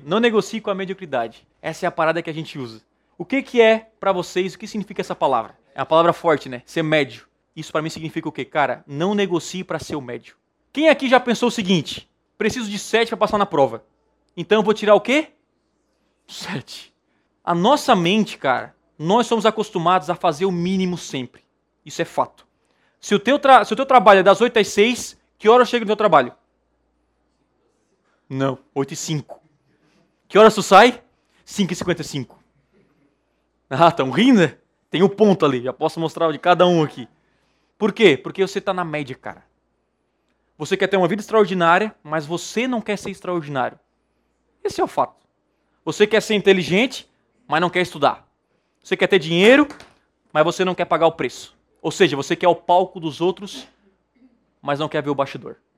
Não negocie com a mediocridade. Essa é a parada que a gente usa. O que é pra vocês, o que significa essa palavra? É uma palavra forte, né? Ser médio. Isso pra mim significa o quê? Cara, não negocie pra ser o médio. Quem aqui já pensou o seguinte? Preciso de 7 pra passar na prova. Então eu vou tirar o quê? 7. A nossa mente, cara, nós somos acostumados a fazer o mínimo sempre. Isso é fato. Se o teu trabalho é das 8 às 6, que hora eu chego no teu trabalho? Não, 8h05. Que horas tu sai? 5h55. Ah, tão rindo? Tem um ponto ali, já posso mostrar de cada um aqui. Por quê? Porque você tá na média, cara. Você quer ter uma vida extraordinária, mas você não quer ser extraordinário. Esse é o fato. Você quer ser inteligente, mas não quer estudar. Você quer ter dinheiro, mas você não quer pagar o preço. Ou seja, você quer o palco dos outros, mas não quer ver o bastidor.